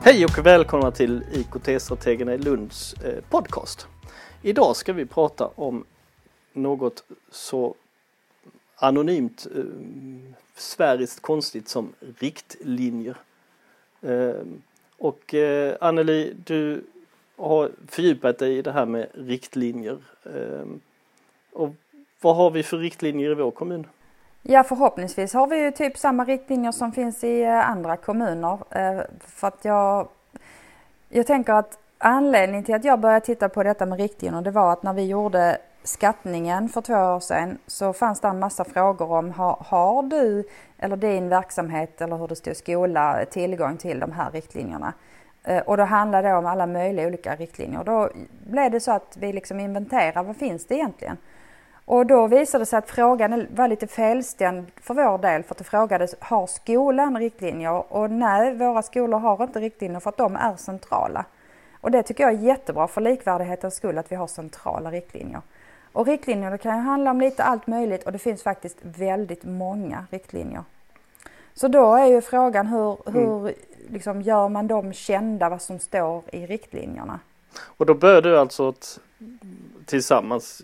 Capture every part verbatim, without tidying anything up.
Hej och välkomna till I K T-strategerna i Lunds eh, podcast. Idag ska vi prata om något så anonymt, eh, sfäriskt konstigt som riktlinjer. Eh, och eh, Anneli, du har fördjupat dig i det här med riktlinjer. Eh, och vad har vi för riktlinjer i vår kommun? Ja, förhoppningsvis har vi ju typ samma riktlinjer som finns i andra kommuner. För att jag, jag tänker att anledningen till att jag började titta på detta med riktlinjer, det var att när vi gjorde skattningen för två år sedan så fanns det en massa frågor om har, har du eller din verksamhet eller hur det står skola tillgång till de här riktlinjerna. Och då handlade det om alla möjliga olika riktlinjer. Då blev det så att vi liksom inventerar vad finns det egentligen. Och då visade det sig att frågan var lite felställd för vår del, för att det frågades, har skolan riktlinjer? Och nej, våra skolor har inte riktlinjer för att de är centrala. Och det tycker jag är jättebra för likvärdighetens skull, att vi har centrala riktlinjer. Och riktlinjer, det kan ju handla om lite allt möjligt, och det finns faktiskt väldigt många riktlinjer. Så då är ju frågan hur, hur mm. liksom, gör man dem kända vad som står i riktlinjerna? Och då började du alltså att, tillsammans,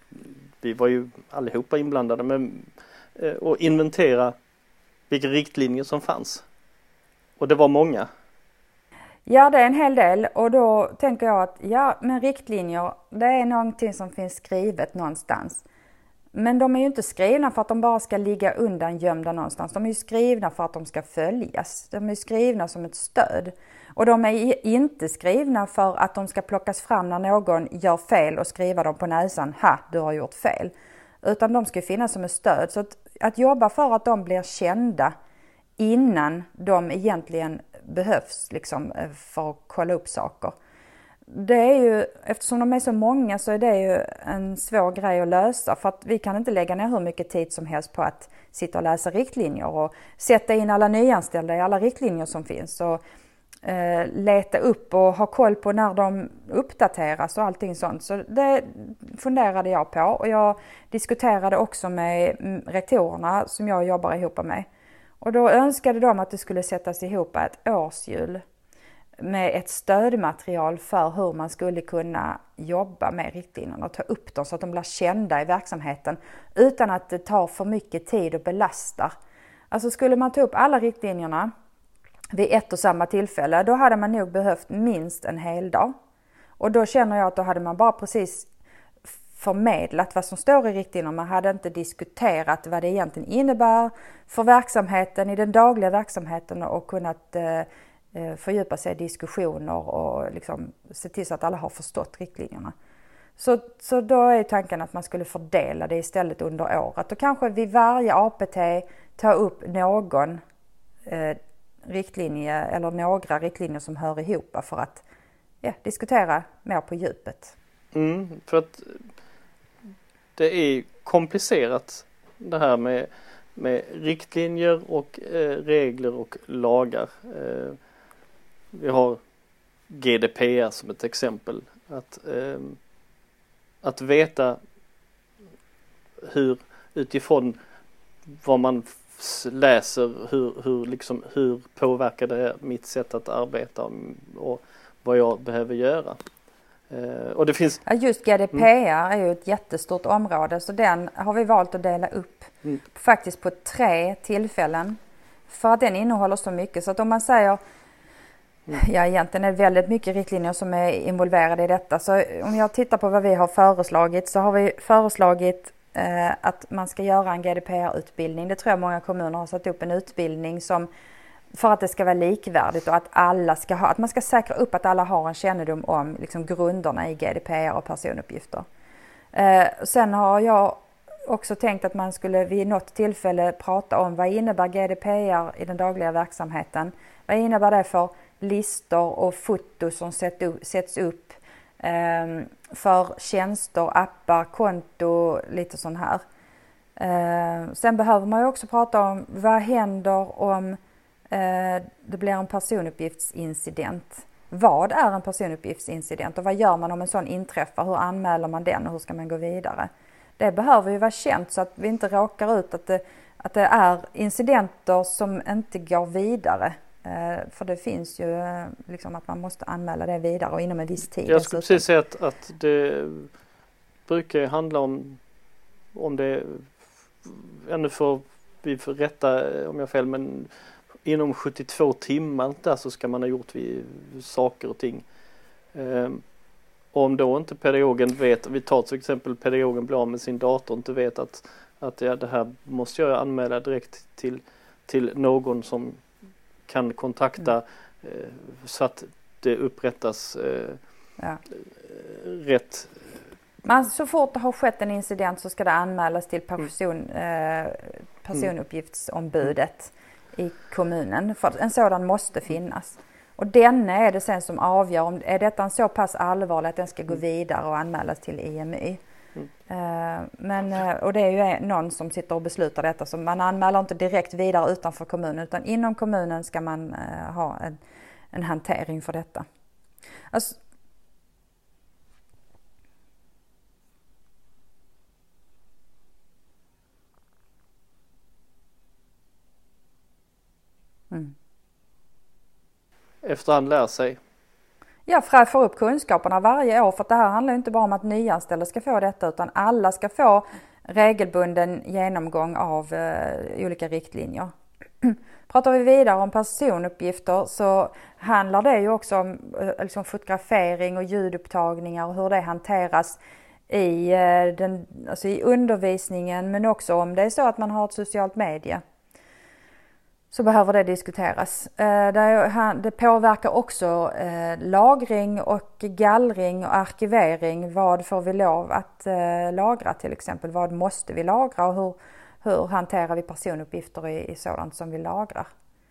vi var ju allihopa inblandade med att inventera vilka riktlinjer som fanns. Och det var många. Ja, det är en hel del. Och då tänker jag att ja, men riktlinjer, det är någonting som finns skrivet någonstans. Men de är ju inte skrivna för att de bara ska ligga undan gömda någonstans. De är ju skrivna för att de ska följas. De är skrivna som ett stöd. Och de är inte skrivna för att de ska plockas fram när någon gör fel och skriva dem på näsan. Ha, du har gjort fel. Utan de ska finnas som ett stöd. Så att, att jobba för att de blir kända innan de egentligen behövs liksom, för att kolla upp saker. Det är ju, eftersom de är så många så är det ju en svår grej att lösa. För att vi kan inte lägga ner hur mycket tid som helst på att sitta och läsa riktlinjer. Och sätta in alla nyanställda i alla riktlinjer som finns. Och eh, leta upp och ha koll på när de uppdateras och allting sånt. Så det funderade jag på. Och jag diskuterade också med rektorerna som jag jobbar ihop med. Och då önskade de att det skulle sättas ihop ett årshjul med ett stödmaterial för hur man skulle kunna jobba med riktlinjerna och ta upp dem så att de blir kända i verksamheten utan att det tar för mycket tid och belastar. Alltså skulle man ta upp alla riktlinjerna vid ett och samma tillfälle, då hade man nog behövt minst en hel dag. Och då känner jag att då hade man bara precis förmedlat vad som står i riktlinjerna. Man hade inte diskuterat vad det egentligen innebär för verksamheten i den dagliga verksamheten och kunnat eh, fördjupa sig i diskussioner och liksom se till så att alla har förstått riktlinjerna. Så, så då är tanken att man skulle fördela det istället under året och kanske vid varje A P T ta upp någon eh, riktlinje eller några riktlinjer som hör ihop för att ja, diskutera mer på djupet. Mm, för att det är komplicerat det här med, med riktlinjer och eh, regler och lagar. Eh, Vi har G D P R som ett exempel. Att, eh, att veta hur utifrån vad man läser, hur, hur, liksom, hur påverkar det mitt sätt att arbeta och vad jag behöver göra. Eh, och det finns... Ja, just G D P R mm. är ju ett jättestort område, så den har vi valt att dela upp mm. faktiskt på tre tillfällen för att den innehåller så mycket. Så att om man säger ja, egentligen är det väldigt mycket riktlinjer som är involverade i detta. Så om jag tittar på vad vi har föreslagit så har vi föreslagit eh, att man ska göra en G D P R-utbildning. Det tror jag många kommuner har satt upp en utbildning som för att det ska vara likvärdigt och att alla ska ha, att man ska säkra upp att alla har en kännedom om liksom, grunderna i G D P R och personuppgifter. Eh, sen har jag också tänkt att man skulle vid något tillfälle prata om vad innebär G D P R i den dagliga verksamheten. Vad innebär det för listor och fotos som sätts upp eh, för tjänster, appar, konto, lite sån här. Eh, sen behöver man ju också prata om vad händer om eh, det blir en personuppgiftsincident. Vad är en personuppgiftsincident och vad gör man om en sån inträffar? Hur anmäler man den och hur ska man gå vidare? Det behöver ju vara känt så att vi inte råkar ut att det, att det är incidenter som inte går vidare. För det finns ju liksom att man måste anmäla det vidare och inom en viss tid. Jag skulle precis säga att, att det brukar handla om, om det, ännu får vi får rätta om jag fel, men inom sjuttiotvå timmar där så ska man ha gjort vi, saker och ting. Um, om då inte pedagogen vet, vi tar till exempel pedagogen blir av med sin dator och inte vet att, att ja, det här måste jag anmäla direkt till, till någon som kan kontakta mm. eh, så att det upprättas eh, ja. rätt. Men så fort det har skett en incident så ska det anmälas till person, mm. eh, personuppgiftsombudet mm. i kommunen. För en sådan måste finnas. Och denna är det sen som avgör om är detta en så pass allvarlig att den ska gå vidare och anmälas till I M Y. Mm. Uh, men, uh, och det är ju någon som sitter och beslutar detta, så man anmäler inte direkt vidare utanför kommunen, utan inom kommunen ska man uh, ha en, en hantering för detta. Alltså, mm. Efterhand lär sig. Ja, för att få upp kunskaperna varje år, för att det här handlar inte bara om att nyanställda ska få detta, utan alla ska få regelbunden genomgång av eh, olika riktlinjer. Pratar vi vidare om personuppgifter så handlar det ju också om eh, liksom fotografering och ljudupptagningar och hur det hanteras i, eh, den, alltså i undervisningen, men också om det är så att man har ett socialt medie. Så behöver det diskuteras. Det påverkar också lagring och gallring och arkivering. Vad får vi lov att lagra till exempel? Vad måste vi lagra och hur, hur hanterar vi personuppgifter i, i sådant som vi lagrar?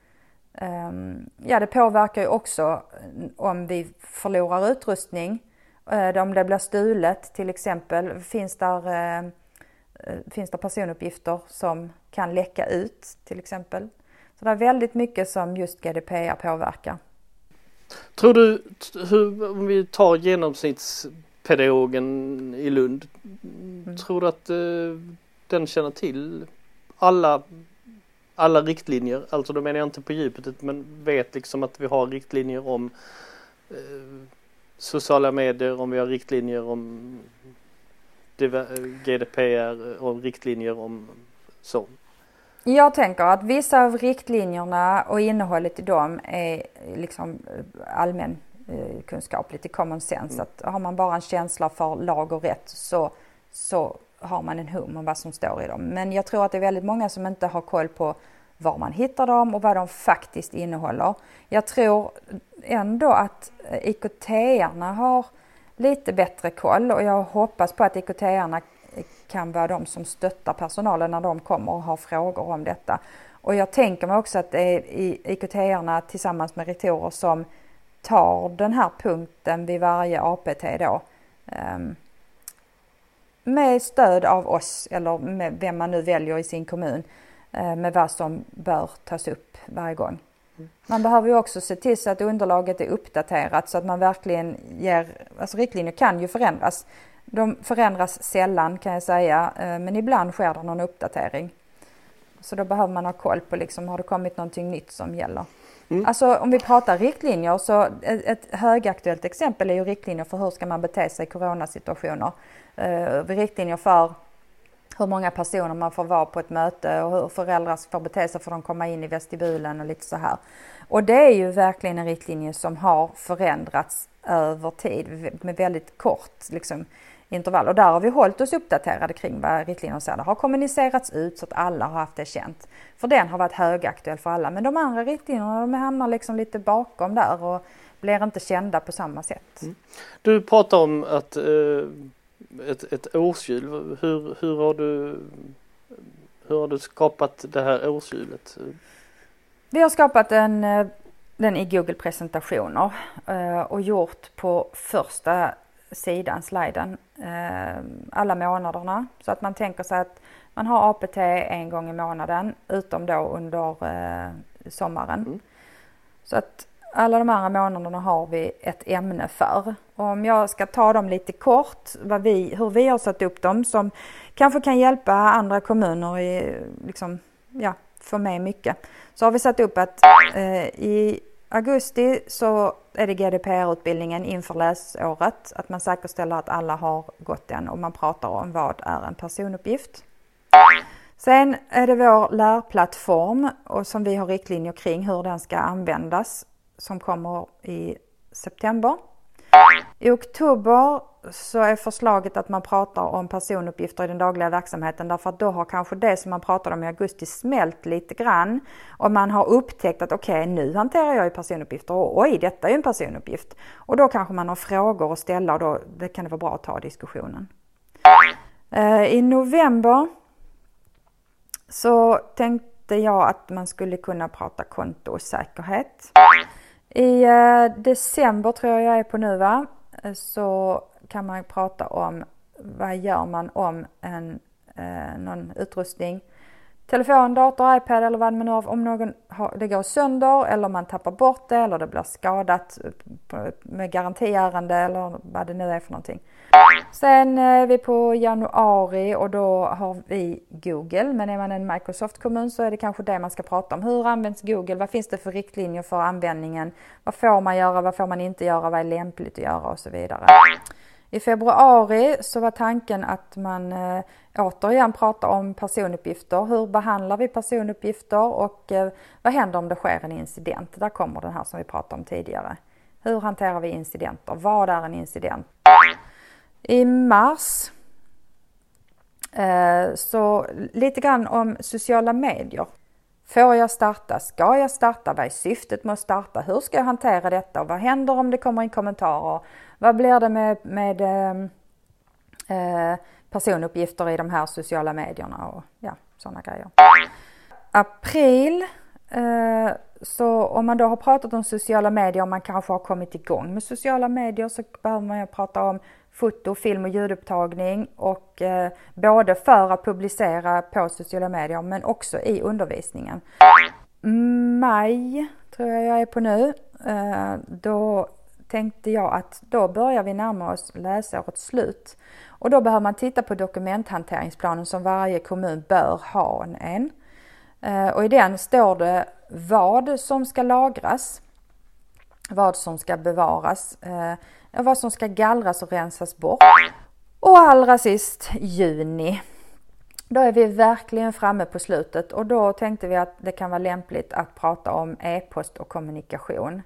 Ja, det påverkar ju också om vi förlorar utrustning. Om det blir stulet till exempel, finns där, finns det personuppgifter som kan läcka ut till exempel. Så det är väldigt mycket som just G D P R påverkar. Tror du, hur, om vi tar genomsnittspedagogen i Lund, mm. tror du att uh, den känner till alla, alla riktlinjer? Alltså då menar jag inte på djupet, men vet liksom att vi har riktlinjer om uh, sociala medier, om vi har riktlinjer om G D P R och riktlinjer om så. Jag tänker att vissa av riktlinjerna och innehållet i dem är liksom allmän eh, kunskapligt, i common sense. Mm. Att har man bara en känsla för lag och rätt så, så har man en hum om vad som står i dem. Men jag tror att det är väldigt många som inte har koll på var man hittar dem och vad de faktiskt innehåller. Jag tror ändå att I K T-arna har lite bättre koll, och jag hoppas på att I K T-arna kan vara de som stöttar personalen när de kommer och har frågor om detta. Och jag tänker mig också att det är I K T-arna tillsammans med rektorer som tar den här punkten vid varje A P T då. Um, med stöd av oss, eller med vem man nu väljer i sin kommun, uh, med vad som bör tas upp varje gång. Mm. Man behöver ju också se till så att underlaget är uppdaterat så att man verkligen ger, alltså riktlinjer kan ju förändras. De förändras sällan kan jag säga, men ibland sker det någon uppdatering. Så då behöver man ha koll på liksom, har det kommit någonting nytt som gäller. Mm. Alltså om vi pratar riktlinjer, så ett, ett högaktuellt exempel är ju riktlinjer för hur ska man bete sig i coronasituationer. Uh, riktlinjer för hur många personer man får vara på ett möte och hur föräldrar får bete sig för att de komma in i vestibulen och lite så här. Och det är ju verkligen en riktlinje som har förändrats över tid med väldigt kort liksom, intervall. Och där har vi hållit oss uppdaterade kring vad riktlinjerna säger. Det har kommunicerats ut så att alla har haft det känt. För den har varit högaktuell för alla. Men de andra riktlinjerna de hamnar liksom lite bakom där och blir inte kända på samma sätt. Mm. Du pratar om att eh, ett, ett årshjul. Hur, hur, har du, hur har du skapat det här årshjulet? Vi har skapat en, den i Google-presentationer och gjort på första sidan, sliden, alla månaderna. Så att man tänker sig att man har A P T en gång i månaden, utom då under sommaren. Mm. Så att alla de här månaderna har vi ett ämne för. Och om jag ska ta dem lite kort, vad vi, hur vi har satt upp dem som kanske kan hjälpa andra kommuner i, liksom, ja, få med mycket. Så har vi satt upp att eh, i augusti så är det G D P R-utbildningen inför läsåret. Att man säkerställer att alla har gått den och man pratar om vad är en personuppgift. Sen är det vår lärplattform och som vi har riktlinjer kring hur den ska användas som kommer i september. I oktober så är förslaget att man pratar om personuppgifter i den dagliga verksamheten därför att då har kanske det som man pratade om i augusti smält lite grann och man har upptäckt att okej, okay, nu hanterar jag ju personuppgifter och oj, detta är ju en personuppgift. Och då kanske man har frågor att ställa och då det kan det vara bra att ta diskussionen. I november så tänkte jag att man skulle kunna prata konto och säkerhet. I december tror jag jag är på nu va, så kan man prata om vad gör man om en, eh, någon utrustning, telefon, dator, iPad eller vad man nu har, om någon har, det går sönder eller man tappar bort det eller det blir skadat med garantiärende eller vad det nu är för någonting. Sen är vi på januari och då har vi Google, men är man en Microsoft-kommun så är det kanske det man ska prata om. Hur används Google? Vad finns det för riktlinjer för användningen? Vad får man göra? Vad får man inte göra? Vad är lämpligt att göra? Och så vidare. I februari så var tanken att man eh, återigen pratar om personuppgifter. Hur behandlar vi personuppgifter och eh, vad händer om det sker en incident? Där kommer den här som vi pratade om tidigare. Hur hanterar vi incidenter? Vad är en incident? I mars eh, så lite grann om sociala medier. Får jag starta? Ska jag starta? Vad är syftet med att starta? Hur ska jag hantera detta? Och vad händer om det kommer in kommentarer? Vad blir det med, med eh, personuppgifter i de här sociala medierna och ja, sådana grejer. April, eh, så om man då har pratat om sociala medier och man kanske har kommit igång med sociala medier så behöver man ju prata om foto, film och ljudupptagning och eh, både för att publicera på sociala medier men också i undervisningen. Maj tror jag jag är på nu. Eh, då tänkte jag att då börjar vi närma oss läsårets slut. Och då behöver man titta på dokumenthanteringsplanen som varje kommun bör ha en. Eh, och i den står det vad som ska lagras, vad som ska bevaras, eh, vad som ska gallras och rensas bort. Och allra sist juni. Då är vi verkligen framme på slutet och då tänkte vi att det kan vara lämpligt att prata om e-post och kommunikation.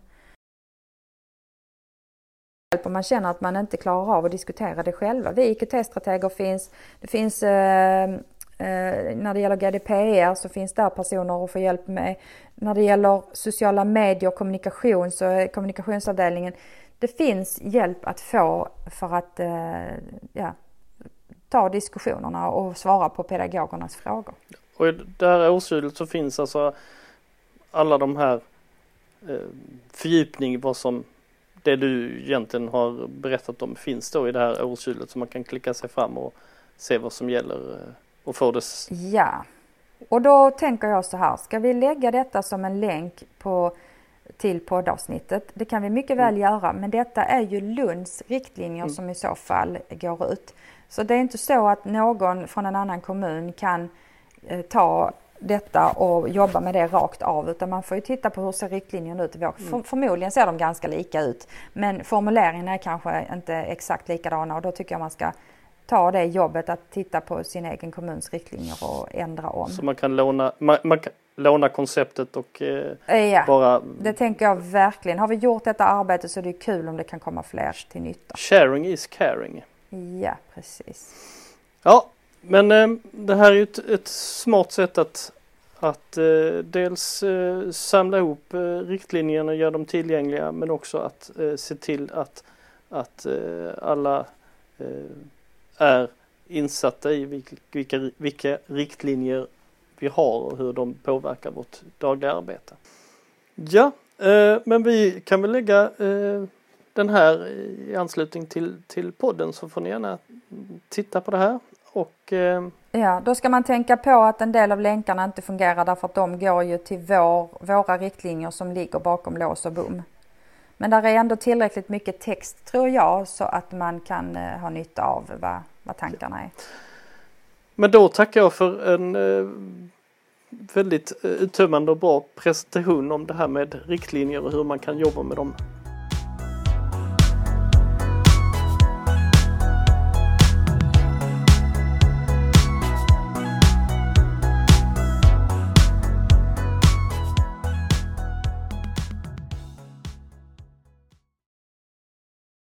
Om man känner att man inte klarar av att diskutera det själva. Vi I K T-strateger finns, det finns eh, eh, när det gäller G D P R så finns där personer att få hjälp med. När det gäller sociala medier och kommunikation så är kommunikationsavdelningen. Det finns hjälp att få för att eh, ja, ta diskussionerna och svara på pedagogernas frågor. Och i det här årshulet så finns alltså alla de här eh, fördjupning vad som det du egentligen har berättat om finns då i det här årshulet så man kan klicka sig fram och se vad som gäller och få det. Ja, och då tänker jag så här, ska vi lägga detta som en länk på till poddavsnittet? Det kan vi mycket väl mm. göra, men detta är ju Lunds riktlinjer mm. som i så fall går ut. Så det är inte så att någon från en annan kommun kan eh, ta detta och jobba med det rakt av, utan man får ju titta på hur ser riktlinjerna ut. Mm. För, förmodligen ser de ganska lika ut, men formuleringarna är kanske inte exakt likadana och då tycker jag man ska ta det jobbet att titta på sin egen kommuns riktlinjer och ändra om. Så man kan låna, man, man kan låna konceptet och eh, ja, bara... det tänker jag verkligen. Har vi gjort detta arbete så är det kul om det kan komma fler till nytta. Sharing is caring. Ja, precis. Ja, men eh, det här är ju ett, ett smart sätt att, att eh, dels eh, samla ihop eh, riktlinjerna och göra dem tillgängliga, men också att eh, se till att, att eh, alla eh, är insatta i vilka, vilka, vilka riktlinjer vi har och hur de påverkar vårt dagliga arbete. Ja, eh, men vi kan väl lägga eh, den här i anslutning till, till podden så får ni gärna titta på det här. Och, eh, ja, då ska man tänka på att en del av länkarna inte fungerar därför att de går ju till vår, våra riktlinjer som ligger bakom lås och bom. Men där är ändå tillräckligt mycket text tror jag så att man kan eh, ha nytta av vad, vad tankarna är. Men då tackar jag för en eh, väldigt uttömmande och bra presentation om det här med riktlinjer och hur man kan jobba med dem